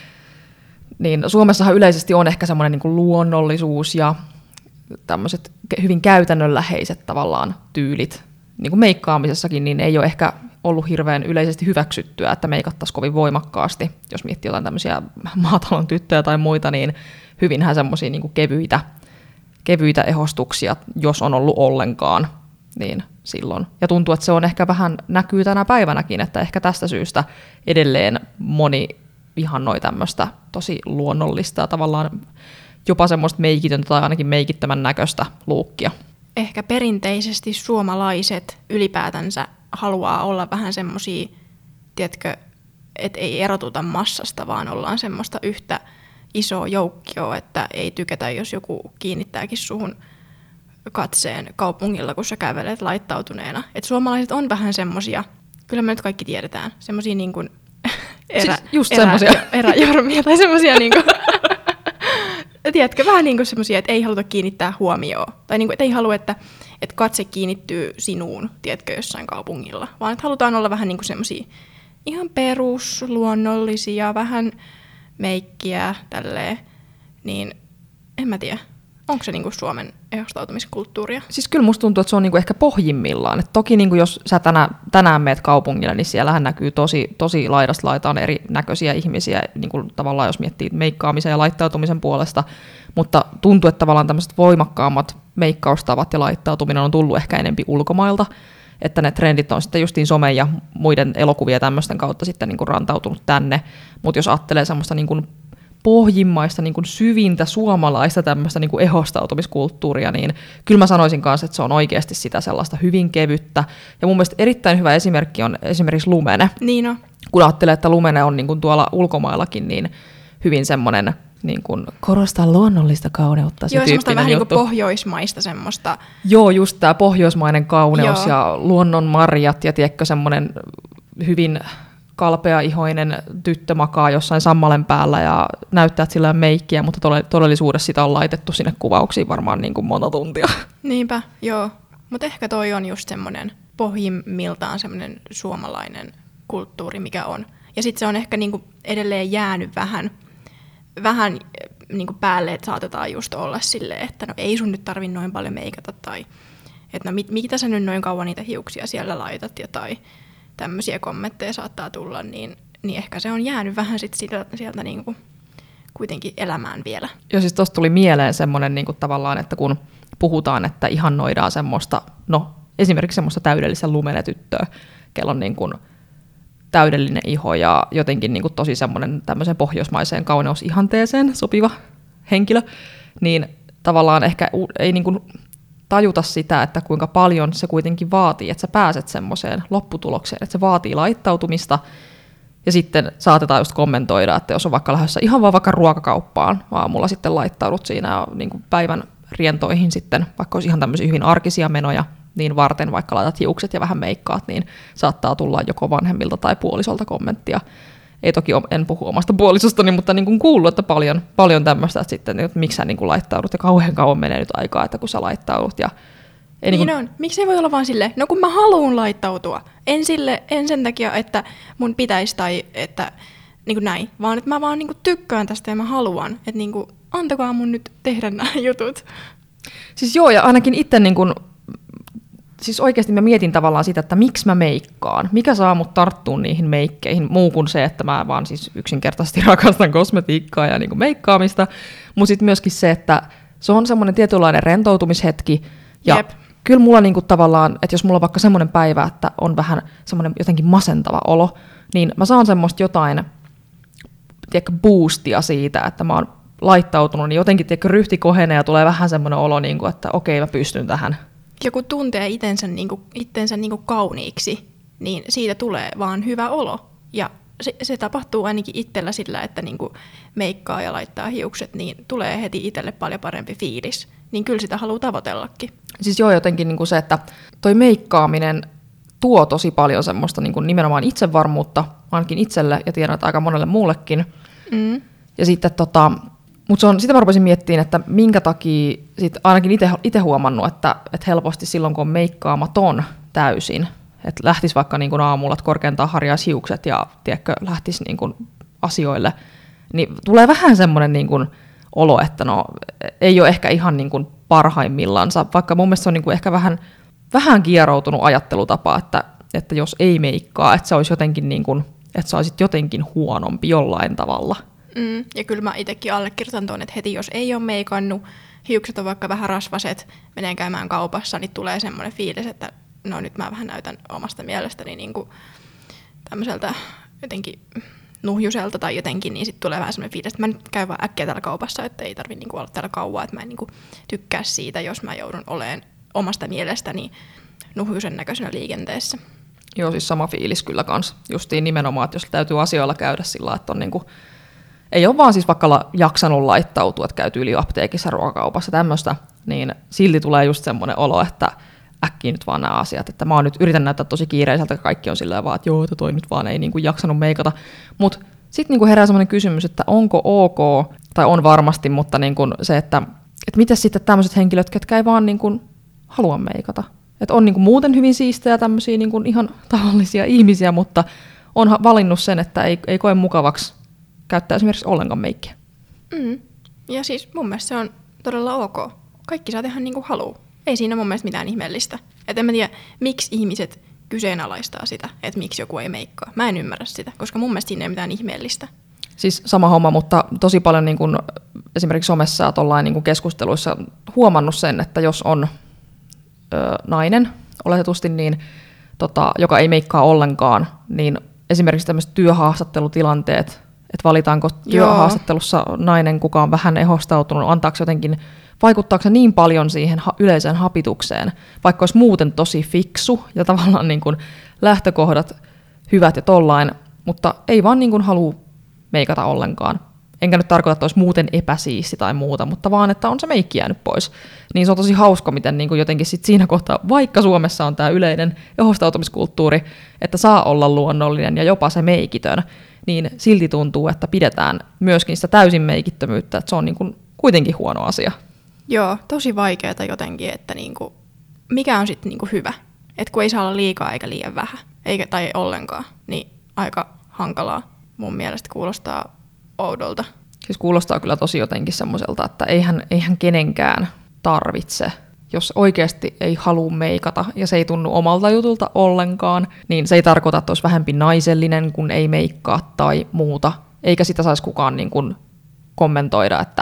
niin Suomessahan yleisesti on ehkä semmoinen niin kuin luonnollisuus ja tämmöiset hyvin käytännönläheiset tavallaan tyylit. Niin kuin meikkaamisessakin niin ei ole ehkä ollut hirveän yleisesti hyväksyttyä, että meikattaisiin kovin voimakkaasti. Jos miettii jotain tämmöisiä maatalon tyttöjä tai muita, niin hyvinhän semmoisia niin kuin kevyitä ehostuksia, jos on ollut ollenkaan, niin silloin. Ja tuntuu, että se on ehkä vähän näkyy tänä päivänäkin, että ehkä tästä syystä edelleen moni ihannoi tämmöistä tosi luonnollista ja tavallaan jopa semmoista meikitöntä tai ainakin meikittömän näköistä luukkia. Ehkä perinteisesti suomalaiset ylipäätänsä haluaa olla vähän semmosia, tiedätkö, että ei erotuta massasta, vaan ollaan semmoista yhtä isoa joukkioa, että ei tykätä, jos joku kiinnittääkin suhun katseen kaupungilla, kun sä kävelet laittautuneena. Et suomalaiset on vähän semmosia, kyllä me nyt kaikki tiedetään, semmosia niin kuin eräjormia tai semmosia niin kuin tiedätkö, vähän niin kuin semmoisia, että ei haluta kiinnittää huomioon. Tai niin kuin, että ei halua, että katse kiinnittyy sinuun, tiedätkö, jossain kaupungilla. Vaan että halutaan olla vähän niin kuin semmoisia ihan perusluonnollisia, vähän meikkiä, tälleen. Niin en mä tiedä, onko se niin kuin Suomen ehostautumiskulttuuria? Siis kyllä musta tuntuu, että se on niin kuin ehkä pohjimmillaan. Et toki niin kuin jos sä tänään meet kaupungilla, niin siellähän näkyy tosi laidasta laitaan erinäköisiä ihmisiä, niin kuin tavallaan jos miettii meikkaamisen ja laittautumisen puolesta. Mutta tuntuu, että tavallaan tämmöiset voimakkaammat meikkaustavat ja laittautuminen on tullut ehkä enempi ulkomailta. Että ne trendit on sitten justiin somen ja muiden elokuvien ja tämmöisten kautta sitten niin kuin rantautunut tänne. Mutta jos ajattelee semmoista niin kuin pohjimmaista, niin kuin syvintä suomalaista tämmöistä niin kuin ehostautumiskulttuuria, niin kyllä mä sanoisin kanssa, että se on oikeasti sitä sellaista hyvin kevyttä. Ja mun mielestä erittäin hyvä esimerkki on esimerkiksi lumene. Niin on. Kun ajattelee, että lumene on niin kuin tuolla ulkomaillakin niin hyvin semmoinen niin kuin korostaa luonnollista kauneutta. Joo, semmoista vähän niin kuin pohjoismaista semmoista. Joo, just tämä pohjoismainen kauneus ja luonnonmarjat ja tiedätkö semmoinen hyvin kalpeaihoinen tyttö makaa jossain sammalen päällä ja näyttää, että sillä on meikkiä, mutta todellisuudessa sitä on laitettu sinne kuvauksiin varmaan niin kuin monta tuntia. Niinpä, joo. Mutta ehkä toi on just semmoinen pohjimmiltaan semmoinen suomalainen kulttuuri, mikä on. Ja sitten se on ehkä niinku edelleen jäänyt vähän niinku päälle, että saatetaan just olla silleen, että no ei sun nyt tarvi noin paljon meikata tai että no mitä sä nyt noin kauan niitä hiuksia siellä laitat ja tai tämmöisiä kommentteja saattaa tulla, niin ehkä se on jäänyt vähän sit sieltä niinku kuitenkin elämään vielä. Joo, siis tuosta tuli mieleen semmoinen niinku tavallaan, että kun puhutaan, että ihannoidaan semmoista, no esimerkiksi semmoista täydellistä lumenetyttöä, kello on niin kuin täydellinen iho ja jotenkin niin kuin tosi semmoinen tämmöiseen pohjoismaiseen kauneusihanteeseen sopiva henkilö, niin tavallaan ehkä ei niin kuin tajuta sitä, että kuinka paljon se kuitenkin vaatii, että sä pääset semmoiseen lopputulokseen, että se vaatii laittautumista ja sitten saatetaan just kommentoida, että jos on vaikka lähdössä ihan vaan vaikka ruokakauppaan aamulla sitten laittaudut siinä niin kuin päivän rientoihin sitten, vaikka olisi ihan tämmöisiä hyvin arkisia menoja, niin varten vaikka laitat hiukset ja vähän meikkaat, niin saattaa tulla joko vanhemmilta tai puolisolta kommenttia. Ei toki, en puhu omasta puolisostani, mutta niin kuin kuullut, että paljon tämmöistä, että sitten, että miksi sä niin kuin laittaudut, ja kauan menee nyt aikaa, että kun sä laittaudut. Ja ei niin on. Miksi ei voi olla vaan silleen, no kun mä haluun laittautua. En sen takia, että mun pitäisi tai että niin kuin näin, vaan että mä vaan niin kuin tykkään tästä ja mä haluan, että niin kuin, antakaa mun nyt tehdä nämä jutut. Siis joo, ja ainakin itse niin kuin, siis oikeasti mä mietin tavallaan sitä, että miksi mä meikkaan. Mikä saa mut tarttua niihin meikkeihin, muu kuin se, että mä vaan siis yksinkertaisesti rakastan kosmetiikkaa ja niin kuin meikkaamista. Mutta sitten myöskin se, että se on semmoinen tietynlainen rentoutumishetki. Ja Jep. kyllä mulla niin kuin tavallaan, että jos mulla on vaikka semmoinen päivä, että on vähän semmoinen jotenkin masentava olo, niin mä saan semmoista jotain boostia siitä, että mä oon laittautunut, niin jotenkin ryhti kohenee ja tulee vähän semmoinen olo, niin kuin, että okei, mä pystyn tähän. Ja kun tuntee itsensä niin kuin kauniiksi, niin siitä tulee vaan hyvä olo. Ja se tapahtuu ainakin itsellä sillä, että niin kuin meikkaa ja laittaa hiukset, niin tulee heti itselle paljon parempi fiilis. Niin kyllä sitä haluaa tavoitellakin. Siis joo, jotenkin niin kuin se, että toi meikkaaminen tuo tosi paljon semmoista niin kuin nimenomaan itsevarmuutta, ainakin itselle ja tiedän, että aika monelle muullekin. Mm. Ja sitten mutta sitä mä rupesin miettimään, että minkä takia, sit ainakin itse huomannut, että helposti silloin, kun on meikkaamaton täysin, että lähtisi vaikka niin kuin aamulla, että korkeintaan harjaisi hiukset ja tiedätkö, lähtisi niin kuin asioille, niin tulee vähän semmoinen niin kuin olo, että no ei ole ehkä ihan niin kuin parhaimmillansa, vaikka mun mielestä se on niin kuin ehkä vähän kieroutunut ajattelutapa, että jos ei meikkaa, että se olisi jotenkin niin kuin, että sä olisit jotenkin huonompi jollain tavalla. Ja kyllä mä itsekin allekirjoitan tuon, että heti jos ei ole meikannut, hiukset on vaikka vähän rasvaset, menen käymään kaupassa, niin tulee semmoinen fiilis, että no nyt mä vähän näytän omasta mielestäni niin kuin tämmöiseltä jotenkin nuhjuselta tai jotenkin, niin sitten tulee vähän semmoinen fiilis, että mä nyt käyn vaan äkkiä täällä kaupassa, että ei tarvitse niin kuin olla täällä kauaa, että mä en niin kuin tykkää siitä, jos mä joudun olemaan omasta mielestäni nuhjusen näköisenä liikenteessä. Joo, siis sama fiilis kyllä kans. Justiin nimenomaan, että jos täytyy asioilla käydä sillä, että on niinku, ei ole vaan siis vaikka jaksanut laittautua, että käyty yli apteekissa, ruokakaupassa, tämmöistä, niin silti tulee just semmoinen olo, että äkkiä nyt vaan nämä asiat, että mä oon nyt yritän näyttää tosi kiireiseltä, että kaikki on silleen vaan, että joo, että toi nyt vaan ei niinku jaksanut meikata. Mutta sitten niinku herää semmoinen kysymys, että onko ok, tai on varmasti, mutta niinku se, että miten sitten tämmöiset henkilöt, ketkä ei vaan niinku halua meikata. Että on niinku muuten hyvin siistejä tämmöisiä niinku ihan tavallisia ihmisiä, mutta on valinnut sen, että ei koe mukavaksi käyttää esimerkiksi ollenkaan meikkiä. Ja siis mun mielestä se on todella ok. Kaikki saa tehdä niin kuin haluaa. Ei siinä mun mielestä mitään ihmeellistä. Et en mä tiedä, miksi ihmiset kyseenalaistaa sitä, että miksi joku ei meikkaa. Mä en ymmärrä sitä, koska mun mielestä siinä ei ole mitään ihmeellistä. Siis sama homma, mutta tosi paljon niin kuin esimerkiksi somessa ja tollain niin kuin keskusteluissa huomannut sen, että jos on nainen oletetusti, niin, joka ei meikkaa ollenkaan, niin esimerkiksi tämmöiset työhaastattelutilanteet, että valitaanko työhaastattelussa nainen, kuka on vähän ehostautunut, antaako jotenkin, vaikuttaako se niin paljon siihen yleiseen hapitukseen, vaikka olisi muuten tosi fiksu ja tavallaan niin kuin lähtökohdat hyvät ja tollain, mutta ei vaan niin kuin halua meikata ollenkaan. Enkä nyt tarkoita, että olisi muuten epäsiisti tai muuta, mutta vaan, että on se meikki jäänyt pois. Niin se on tosi hauska, miten niin kuin jotenkin sit siinä kohtaa, vaikka Suomessa on tämä yleinen ehostautumiskulttuuri, että saa olla luonnollinen ja jopa se meikitön, niin silti tuntuu, että pidetään myöskin sitä täysin meikittömyyttä, että se on niin kuin kuitenkin huono asia. Joo, tosi vaikeaa jotenkin, että niinku, mikä on sitten niinku hyvä. Että kun ei saa olla liikaa eikä liian vähän, eikä, tai ollenkaan, niin aika hankalaa. Mun mielestä kuulostaa oudolta. Siis kuulostaa kyllä tosi jotenkin semmoiselta, että eihän kenenkään tarvitse, jos oikeasti ei halua meikata ja se ei tunnu omalta jutulta ollenkaan, niin se ei tarkoita, että olisi vähempi naisellinen, kun ei meikkaa tai muuta. Eikä sitä saisi kukaan niin kuin kommentoida, että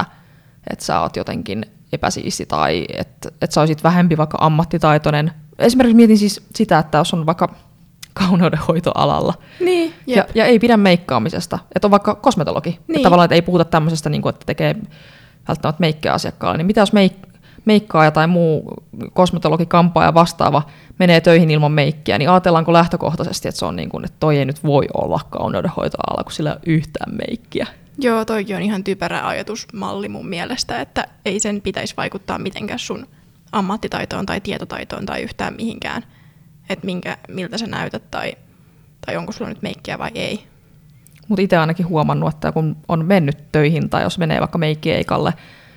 sä oot jotenkin epäsiisti tai että sä olisit vähempi vaikka ammattitaitoinen. Esimerkiksi mietin siis sitä, että jos on vaikka kauneudenhoitoalalla Niin, ja ei pidä meikkaamisesta, että on vaikka kosmetologi, niin. että tavallaan että ei puhuta tämmöisestä, niin kuin, että tekee välttämättä meikkiä asiakkaalle, niin mitä jos meikkaaja tai muu kosmetologi, kampaaja vastaava menee töihin ilman meikkiä, niin ajatellaanko lähtökohtaisesti, että se on niin kuin, että toi ei nyt voi olla kauneudenhoitoalalla, kun sillä ei ole yhtään meikkiä. Joo, toikin on ihan typerä ajatusmalli mun mielestä, että ei sen pitäisi vaikuttaa mitenkään sun ammattitaitoon tai tietotaitoon tai yhtään mihinkään, että miltä sä näytät tai onko sulla nyt meikkiä vai ei. Mutta itse ainakin huomannut, että kun on mennyt töihin tai jos menee vaikka meikkieikalle,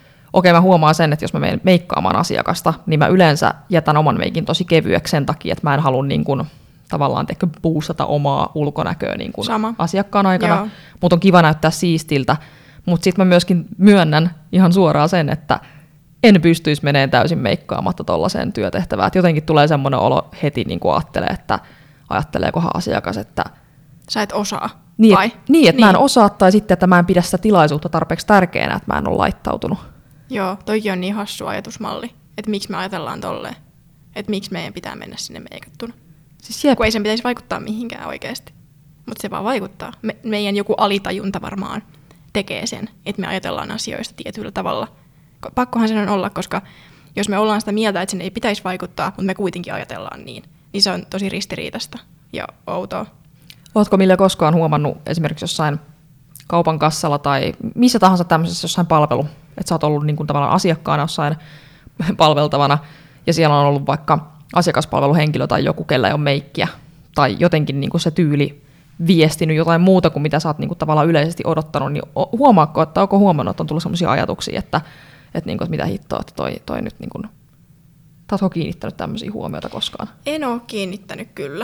mä huomaan sen, että jos mä menen meikkaamaan asiakasta, niin mä yleensä jätän oman meikin tosi kevyeksi sen takia, että mä en halua niin kun tavallaan boostata omaa ulkonäköä niin kuin Sama. asiakkaan aikana, Joo. mutta on kiva näyttää siistiltä. Mutta sitten mä myöskin myönnän ihan suoraan sen, että en pystyisi menemään täysin meikkaamatta tuollaiseen työtehtävään. Et jotenkin tulee semmoinen olo heti, niin kuin ajatteleekohan asiakas, että Sä et osaa, niin, vai? Että mä en osaa, tai sitten, että mä en pidä sitä tilaisuutta tarpeeksi tärkeänä, että mä en ole laittautunut. Joo, toikin on niin hassu ajatusmalli, että miksi me ajatellaan tolleen, että miksi meidän pitää mennä sinne meikattuna. Siis Kun ei sen pitäisi vaikuttaa mihinkään oikeasti, mutta se vaan vaikuttaa. Meidän joku alitajunta varmaan tekee sen, että me ajatellaan asioista tietyllä tavalla. Pakkohan sen on olla, koska jos me ollaan sitä mieltä, että sen ei pitäisi vaikuttaa, mutta me kuitenkin ajatellaan niin se on tosi ristiriitasta ja outoa. Ootko Mille koskaan huomannut esimerkiksi jossain kaupan kassalla tai missä tahansa tämmöisessä jossain palvelu, että sä oot ollut niin kuin tavallaan asiakkaana jossain palveltavana ja siellä on ollut vaikka asiakaspalveluhenkilö tai joku, kellä ei ole meikkiä tai jotenkin niin kuin se tyyli viestinyt jotain muuta kuin mitä sä oot niin kuin tavallaan yleisesti odottanut, niin huomaatko, että onko huomannut, että on tullut sellaisia ajatuksia, että mitä hittoa, että toi nyt niin kuin, ootko kiinnittänyt tämmöisiä huomiota koskaan? En ole kiinnittänyt kyllä.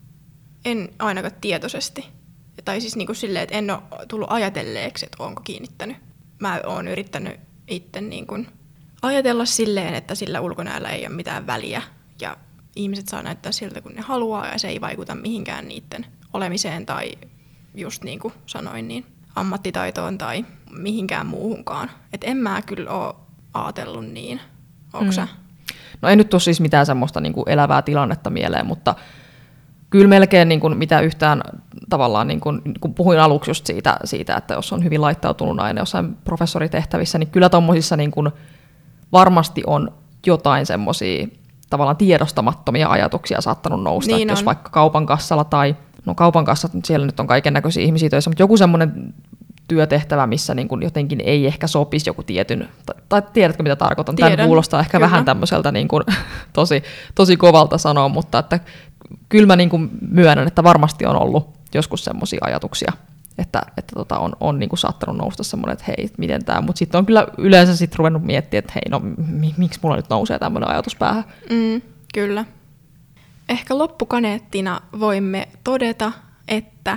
En ainakaan tietoisesti. Tai siis niin kuin silleen, että en ole tullut ajatelleeksi, että onko kiinnittänyt. Mä oon yrittänyt itse niin kuin ajatella silleen, että sillä ulkonäöllä ei ole mitään väliä. Ja ihmiset saa näyttää siltä, kun ne haluaa, ja se ei vaikuta mihinkään niiden olemiseen tai just niin kuin sanoin, niin ammattitaitoon tai mihinkään muuhunkaan. Et en mä kyllä ole ajatellut niin. Onko sä? No ei nyt tule siis mitään semmoista niin kuin elävää tilannetta mieleen, mutta kyllä melkein niin kuin mitä yhtään tavallaan, niin kuin puhuin aluksi just siitä, että jos on hyvin laittautunut nainen jossain professoritehtävissä, niin kyllä tuommoisissa niin kuin varmasti on jotain semmoisia tavallaan tiedostamattomia ajatuksia saattanut nousta, Niin että jos vaikka kaupan kassalla tai, no kaupan kassat, siellä nyt on kaiken näköisiä ihmisiä töissä, mutta joku semmoinen työtehtävä, missä niin kuin jotenkin ei ehkä sopisi joku tietyn, tai tiedätkö mitä tarkoitan? Tiedän, Tämä kuulostaa ehkä kyllä. vähän tämmöiseltä niin kuin, tosi kovalta sanoa, mutta että kyllä mä niin kuin myönnän, että varmasti on ollut joskus semmoisia ajatuksia, että on niin kuin saattanut nousta semmoinen, että hei, miten tämä, mutta sitten on kyllä yleensä sitten ruvennut miettimään, että hei, no miksi mulla nyt nousee tämmöinen ajatus päähän? Kyllä. Ehkä loppukaneettina voimme todeta, että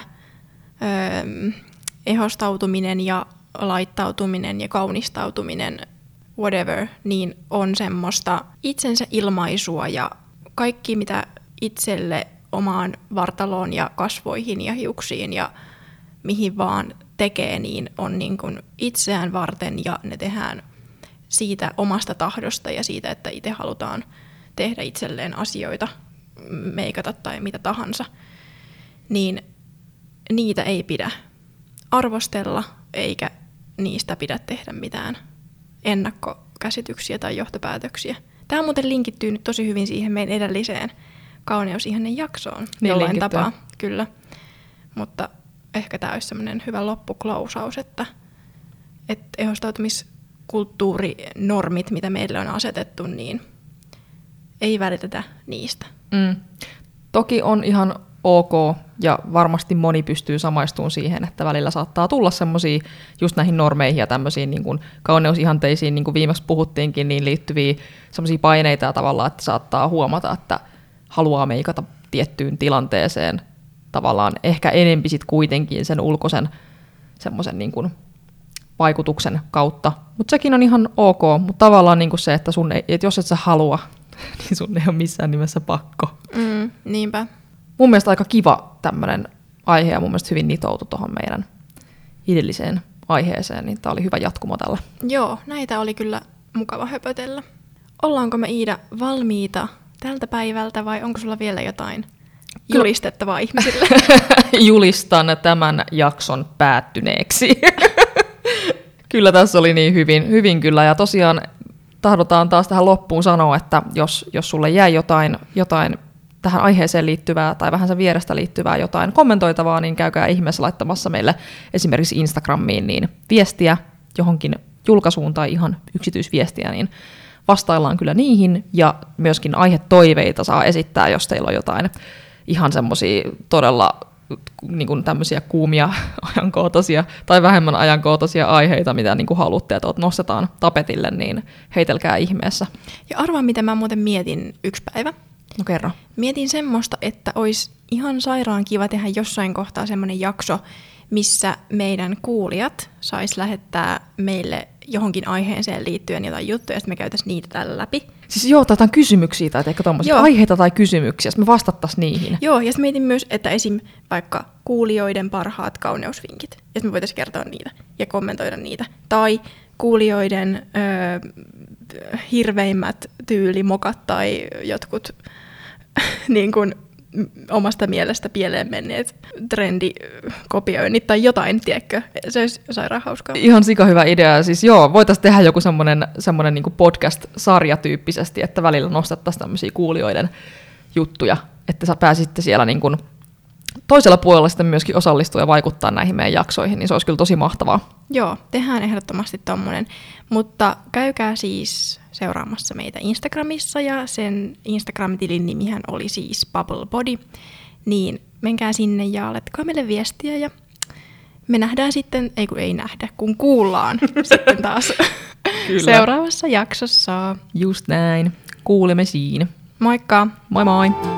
ehostautuminen ja laittautuminen ja kaunistautuminen, whatever, niin on semmoista itsensä ilmaisua ja kaikki, mitä itselle omaan vartaloon ja kasvoihin ja hiuksiin ja mihin vaan tekee, niin on niin kuin itseään varten ja ne tehdään siitä omasta tahdosta ja siitä, että itse halutaan tehdä itselleen asioita, meikata tai mitä tahansa, niin niitä ei pidä arvostella eikä niistä pidä tehdä mitään ennakkokäsityksiä tai johtopäätöksiä. Tämä muuten linkittyy nyt tosi hyvin siihen meidän edelliseen kauneusihannen jaksoon Niin jollain linkittyy. tapaa, kyllä. Mutta ehkä tämä olisi sellainen hyvä loppuklousaus, että ehostautumiskulttuurinormit, mitä meille on asetettu, niin ei välitetä niistä. Toki on ihan ok, ja varmasti moni pystyy samaistumaan siihen, että välillä saattaa tulla semmoisia just näihin normeihin ja tämmöisiin niin kuin kauneusihanteisiin, niin kuin viimeksi puhuttiinkin, niin liittyviä semmoisia paineita ja tavallaan, että saattaa huomata, että haluaa meikata tiettyyn tilanteeseen tavallaan ehkä enempi sit kuitenkin sen ulkoisen semmoisen niin kuin vaikutuksen kautta. Mutta sekin on ihan ok, mutta tavallaan niin kuin se, että että jos et sä halua, niin sun ei ole missään nimessä pakko. Niinpä. Mun mielestä aika kiva tämmöinen aihe ja mun mielestä hyvin nitoutu tuohon meidän edelliseen aiheeseen, niin tää oli hyvä jatkumo tällä. Joo, näitä oli kyllä mukava höpötellä. Ollaanko me, Iida, valmiita tältä päivältä vai onko sulla vielä jotain julistettavaa ihmisille? Julistan tämän jakson päättyneeksi. Kyllä tässä oli niin hyvin kyllä, ja tosiaan tahdotaan taas tähän loppuun sanoa, että jos sulle jäi jotain tähän aiheeseen liittyvää tai vähän sen vierestä liittyvää jotain kommentoitavaa, niin käykää ihmeessä laittamassa meille esimerkiksi Instagramiin niin viestiä johonkin julkaisuun tai ihan yksityisviestiä, niin vastaillaan kyllä niihin, ja myöskin aihetoiveita saa esittää, jos teillä on jotain ihan semmoisia todella niin kuin tämmöisiä kuumia, ajankohtaisia tai vähemmän ajankohtaisia aiheita, mitä niin kuin haluatte, että nostetaan tapetille, niin heitelkää ihmeessä. Ja arvaa, mitä mä muuten mietin yksi päivä. No kerro. Mietin semmoista, että olisi ihan sairaan kiva tehdä jossain kohtaa semmoinen jakso, missä meidän kuulijat sais lähettää meille johonkin aiheeseen liittyen jotain juttuja, ja sitten me käytäisiin niitä täällä läpi. Siis joo, otetaan kysymyksiä tai ehkä tommosia aiheita tai kysymyksiä, me vastattaisiin niihin. Joo, ja sitten mietin myös, että esim. Vaikka kuulijoiden parhaat kauneusvinkit, ja me voitaisiin kertoa niitä ja kommentoida niitä. Tai kuulijoiden hirveimmät tyylimokat tai jotkut niin kuin omasta mielestä pieleen menneet trendikopioinnit tai jotain, tiedätkö? Se olisi sairaan hauskaa. Ihan sika hyvä idea. Siis joo, voitaisiin tehdä joku semmoinen niin kuin podcast-sarja tyyppisesti, että välillä nostettaisiin tämmöisiä kuulijoiden juttuja, että sä pääsitte siellä niin kuin toisella puolella sitten myöskin osallistua ja vaikuttaa näihin meidän jaksoihin, niin se olisi kyllä tosi mahtavaa. Joo, tehdään ehdottomasti tommonen. Mutta käykää siis seuraamassa meitä Instagramissa, ja sen Instagram-tilin nimihän oli siis Bubble Body. Niin menkää sinne ja laittakaa meille viestiä, ja me nähdään sitten, ei nähdä, kun kuullaan sitten taas seuraavassa jaksossa. Just näin. Kuulemme siinä. Moikka! Moi moi!